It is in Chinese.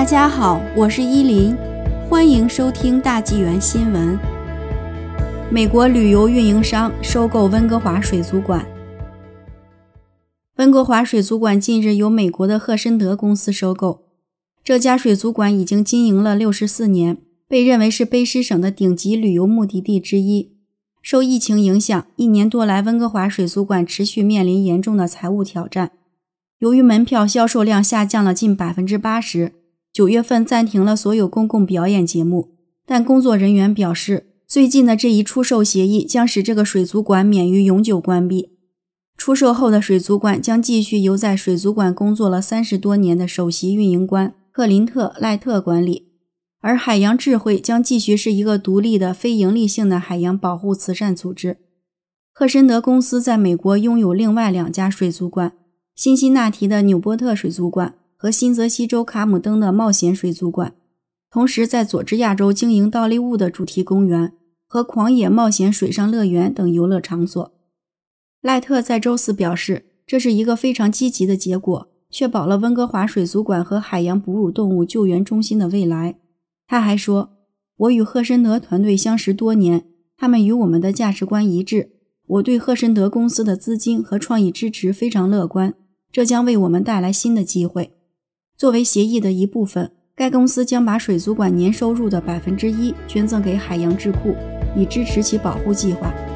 大家好，我是依林，欢迎收听大纪元新闻。美国旅游运营商收购温哥华水族馆。温哥华水族馆近日由美国的赫申德公司收购。这家水族馆已经经营了64年，被认为是卑诗省的顶级旅游目的地之一。受疫情影响，1年多来温哥华水族馆持续面临严重的财务挑战。由于门票销售量下降了近 80%， 9月份暂停了所有公共表演节目，但工作人员表示，最近的这一出售协议将使这个水族馆免于永久关闭。出售后的水族馆将继续由在水族馆工作了30多年的首席运营官克林特·赖特管理，而海洋智慧将继续是一个独立的非营利性的海洋保护慈善组织。赫申德公司在美国拥有另外2家水族馆，辛辛那提的纽波特水族馆和新泽西州卡姆登的冒险水族馆，同时在佐治亚州经营道利雾的主题公园和狂野冒险水上乐园等游乐场所。赖特在周四表示，这是一个非常积极的结果，确保了温哥华水族馆和海洋哺乳动物救援中心的未来。他还说，我与赫申德团队相识多年，他们与我们的价值观一致，我对赫申德公司的资金和创意支持非常乐观，这将为我们带来新的机会。作为协议的一部分，该公司将把水族馆年收入的1%捐赠给海洋智库，以支持其保护计划。